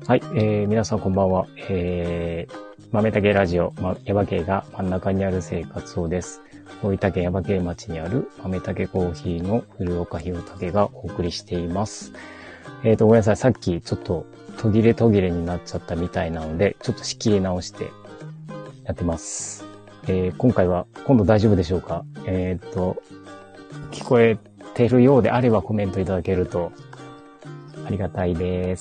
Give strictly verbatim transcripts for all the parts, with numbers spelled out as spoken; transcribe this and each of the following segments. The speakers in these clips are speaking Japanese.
はい、えー、皆さんこんばんは。えー、豆竹ラジオ、ま、耶馬渓が真ん中にある生活をです。大分県耶馬渓町にある豆竹コーヒーの古岡弘武がお送りしています。えーと、ごめんなさい。さっきちょっと途切れ途切れになっちゃったみたいなので、ちょっと仕切り直してやってます。えー、今回は、今度大丈夫でしょうか？えーと、聞こえてるようであればコメントいただけるとありがたいです。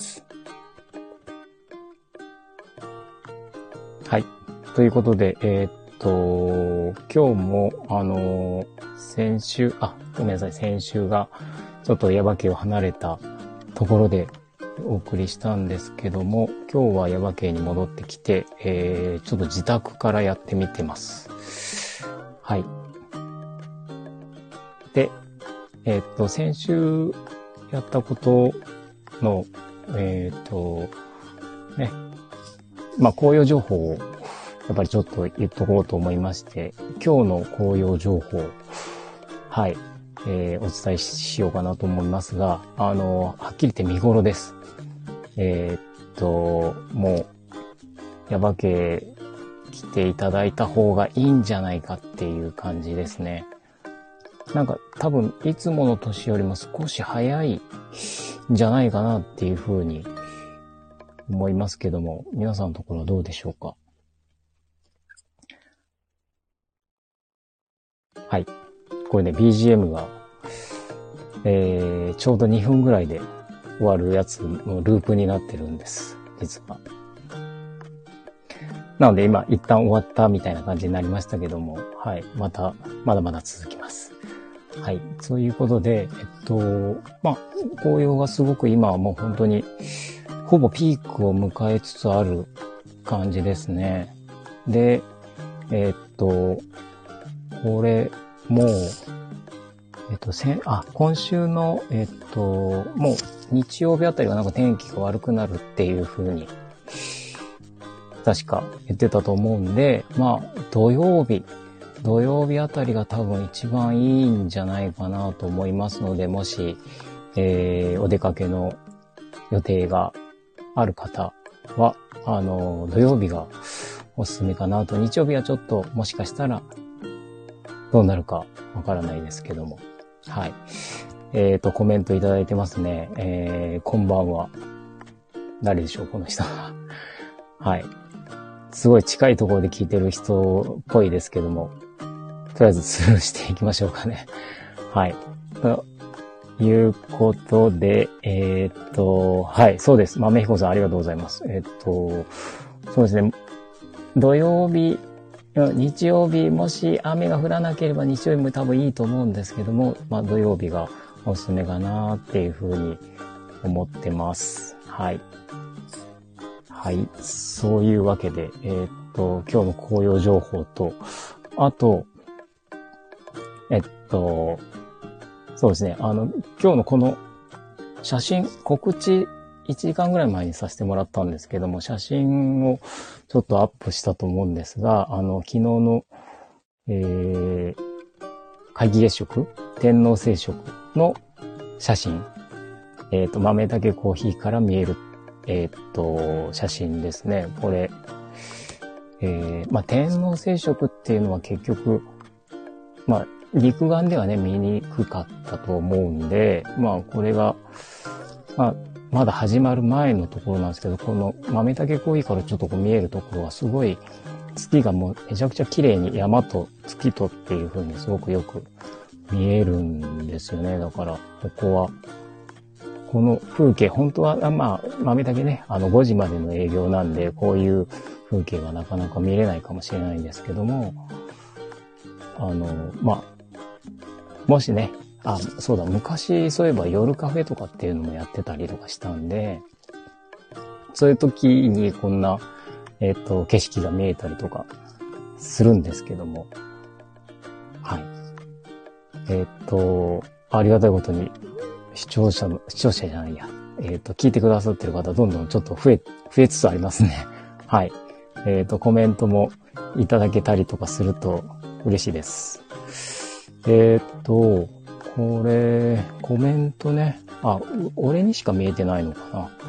はい。ということで、えー、っと、今日も、あのー、先週、あ、ごめんなさい、先週が、ちょっと耶馬渓を離れたところでお送りしたんですけども、今日は耶馬渓に戻ってきて、えー、ちょっと自宅からやってみてます。はい。で、えー、っと、先週やったことの、えー、っと、ね、まあ、紅葉情報をやっぱりちょっと言っとこうと思いまして、今日の紅葉情報、はい、えー、お伝えしようかなと思いますが、あの、はっきり言って見頃です。えー、っと、もう、耶馬渓来ていただいた方がいいんじゃないかっていう感じですね。なんか多分、いつもの年よりも少し早いんじゃないかなっていうふうに思いますけども、皆さんのところはどうでしょうか？はい。これね、ビージーエム が、えー、ちょうどにふんぐらいで終わるやつのループになってるんです。実は。なので今、一旦終わったみたいな感じになりましたけども、はい。また、まだまだ続きます。はい。そういうことで、えっと、まあ、紅葉がすごく今はもう本当に、ほぼピークを迎えつつある感じですね。で、えっと、これ、もう、えっと、せあ、今週の、えっと、もう日曜日あたりはなんか天気が悪くなるっていう風に、確か言ってたと思うんで、まあ、土曜日、土曜日あたりが多分一番いいんじゃないかなと思いますので、もし、えー、お出かけの予定がある方は、あの、土曜日がおすすめかなと、日曜日はちょっともしかしたらどうなるかわからないですけども。はい。えっと、コメントいただいてますね。えー、こんばんは。誰でしょう、この人は。はい。すごい近いところで聞いてる人っぽいですけども、とりあえずスルーしていきましょうかね。はい。ということで、えー、っと、はい、そうです。豆彦さんありがとうございます。えー、っと、そうですね。土曜日、日曜日、もし雨が降らなければ日曜日も多分いいと思うんですけども、まあ土曜日がおすすめかなっていうふうに思ってます。はい。はい。そういうわけで、えー、っと、今日の紅葉情報と、あと、えっと、そうですね。あの、今日のこの写真、告知いちじかんぐらい前にさせてもらったんですけども、写真をちょっとアップしたと思うんですが、あの、昨日の、えー、皆既月食、天王星食の写真、えっと、豆竹コーヒーから見える、えっと、写真ですね。これ、えー、まあ、天王星食っていうのは結局、まあ、肉眼ではね、見にくかったと思うんで、まあ、これが、まあ、まだ始まる前のところなんですけど、この豆竹コーヒーからちょっとこう見えるところはすごい、月がもうめちゃくちゃ綺麗に山と月とっていう風にすごくよく見えるんですよね。だから、ここは、この風景、本当は、まあ、豆竹ね、あのごじまでの営業なんで、こういう風景がなかなか見れないかもしれないんですけども、あの、まあ、もしね、あ、そうだ、昔そういえば夜カフェとかっていうのもやってたりとかしたんで、そういう時にこんな、えっと、景色が見えたりとかするんですけども、はい。えっと、ありがたいことに、視聴者の、視聴者じゃないや、えっと、聞いてくださってる方、どんどんちょっと増え、増えつつありますね。はい。えっと、コメントもいただけたりとかすると嬉しいです。えっと、これ、コメントね。あ、俺にしか見えてないのかな。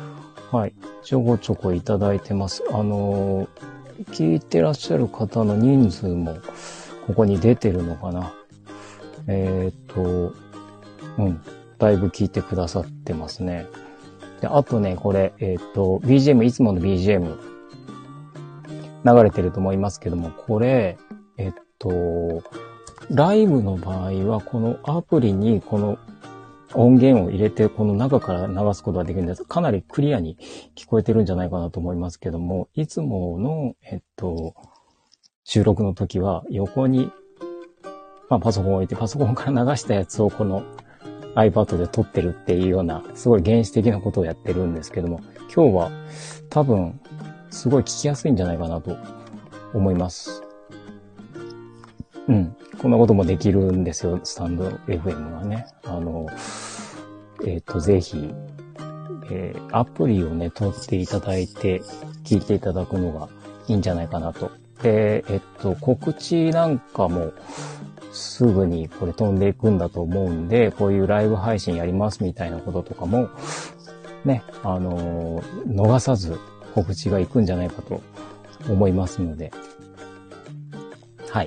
はい。ちょこちょこいただいてます。あのー、聞いてらっしゃる方の人数も、ここに出てるのかな。えっと、うん。だいぶ聞いてくださってますね。で、あとね、これ、えっと、ビージーエム、いつもの ビージーエム、流れてると思いますけども、これ、えっと、ライブの場合は、このアプリにこの音源を入れて、この中から流すことができるんです。かなりクリアに聞こえてるんじゃないかなと思いますけども、いつもの、えっと、収録の時は横に、まあパソコンを置いて、パソコンから流したやつをこの iPad で撮ってるっていうような、すごい原始的なことをやってるんですけども、今日は多分、すごい聞きやすいんじゃないかなと思います。うん。こんなこともできるんですよ、スタンド エフエム はね。あの、えっと、ぜひ、えー、アプリをね、取っていただいて、聞いていただくのがいいんじゃないかなと。で、えっと、告知なんかも、すぐにこれ飛んでいくんだと思うんで、こういうライブ配信やりますみたいなこととかも、ね、あのー、逃さず告知がいくんじゃないかと思いますので、はい。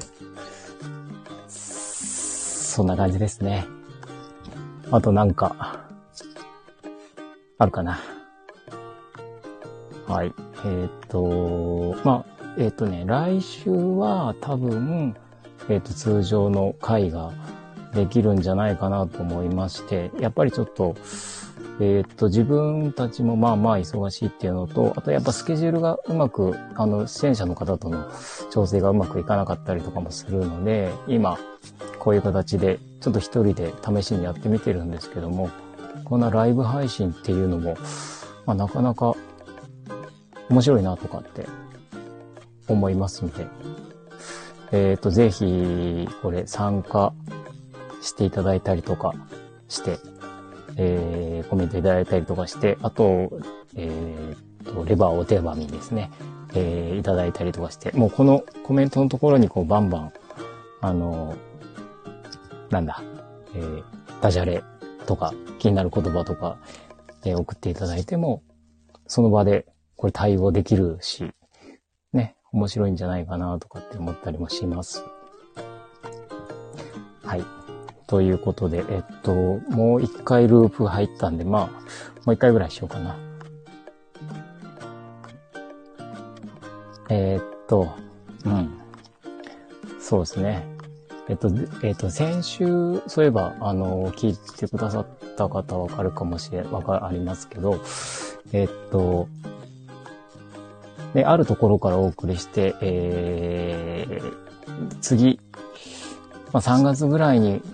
そんな感じですね。あとなんか、あるかな。はい。えっと、まあ、えっとね、来週は多分、えっと、通常の会ができるんじゃないかなと思いまして、やっぱりちょっと、えっと、自分たちもまあまあ忙しいっていうのと、あとやっぱスケジュールがうまく、あの、出演者の方との調整がうまくいかなかったりとかもするので、今、こういう形で、ちょっと一人で試しにやってみてるんですけども、こんなライブ配信っていうのも、まあなかなか面白いなとかって思いますので、えっと、ぜひ、これ参加していただいたりとかして、えー、コメントいただいたりとかして、あと、えー、と、レバーお手紙ですね、えー、いただいたりとかして、もうこのコメントのところにこうバンバン、あの、なんだ、えー、ダジャレとか気になる言葉とか、えー、送っていただいても、その場でこれ対応できるし、ね、面白いんじゃないかなとかって思ったりもします。はい。ということで、えっと、もう一回ループ入ったんで、まあ、もう一回ぐらいしようかな。えー、っと、うん。そうですね。えっと、えっと、先週、そういえば、あの、聞いてくださった方わかるかもしれ、わかりますけど、えっと、で、あるところからお送りして、えー、次、まあ、さんがつぐらいに、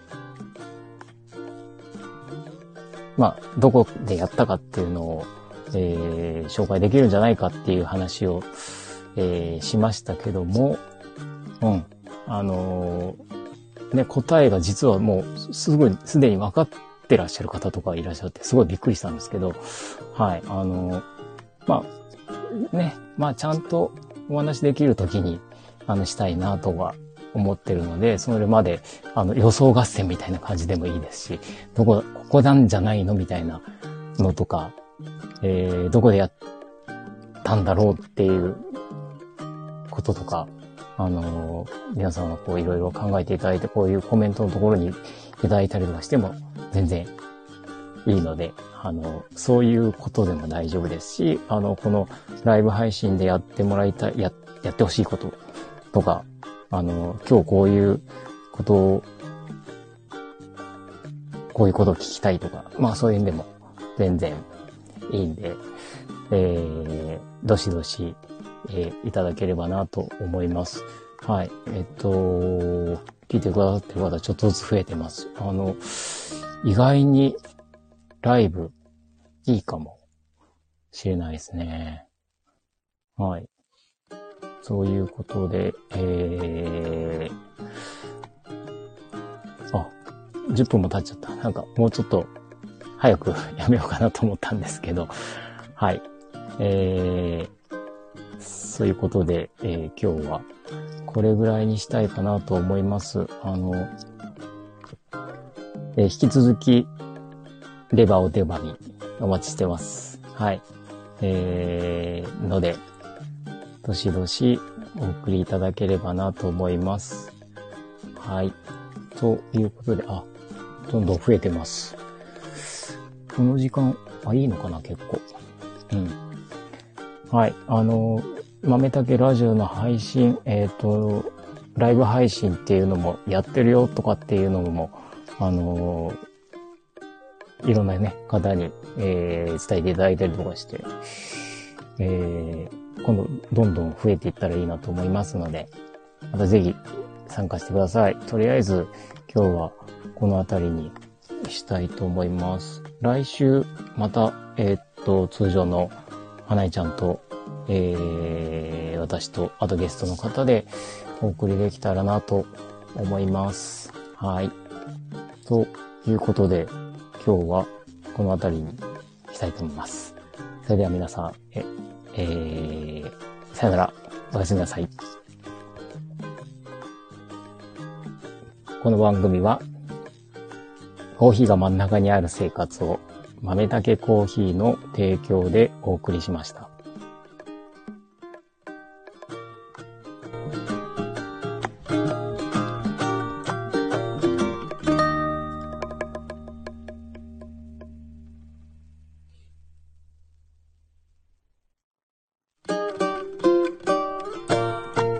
まあ、どこでやったかっていうのを、えー、紹介できるんじゃないかっていう話を、えー、しましたけども、うん。あのー、ね、答えが実はもう、すぐに、すでに分かってらっしゃる方とかいらっしゃって、すごいびっくりしたんですけど、はい、あのー、まあ、ね、まあ、ちゃんとお話できるときに、あの、したいなとは思ってるので、それまで、あの、予想合戦みたいな感じでもいいですし、どこ、ここなんじゃないのみたいなのとか、えー、どこでやったんだろうっていうこととか、あのー、皆さんがこういろいろ考えていただいて、こういうコメントのところにいただいたりとかしても全然いいので、あの、そういうことでも大丈夫ですし、あの、このライブ配信でやってもらいたい、や、やってほしいこととか、あの、今日こういうことを、こういうことを聞きたいとか、まあそういうんでも全然いいんで、えー、どしどし、えー、いただければなと思います。はい。えっと、聞いてくださってる方ちょっとずつ増えてます。あの、意外にライブいいかもしれないですね。はい。そういうことで、えー、あ、じゅっぷんも経っちゃった。なんかもうちょっと早くやめようかなと思ったんですけど、はい。えー、そういうことで、えー、今日はこれぐらいにしたいかなと思います。あの、えー、引き続きレバーお手紙お待ちしてます。はい。 えー、ので、どしどしお送りいただければなと思います。はい。ということで、あ、どんどん増えてます。この時間、あ、いいのかな、結構。うん。はい。あの、豆たけラジオの配信、えっと、ライブ配信っていうのもやってるよとかっていうのも、あの、いろんなね、方に、えー、伝えていただいたりとかして、えー、今度どんどん増えていったらいいなと思いますので、またぜひ参加してください。とりあえず今日はこの辺りにしたいと思います。来週また、えー、っと、通常の花井ちゃんと、えー、私とあとゲストの方でお送りできたらなと思います。はい。ということで、今日はこの辺りにしたいと思います。それでは皆さん、え、えー、さよなら、おやすみなさい。この番組は、コーヒーが真ん中にある生活を豆だけコーヒーの提供でお送りしました。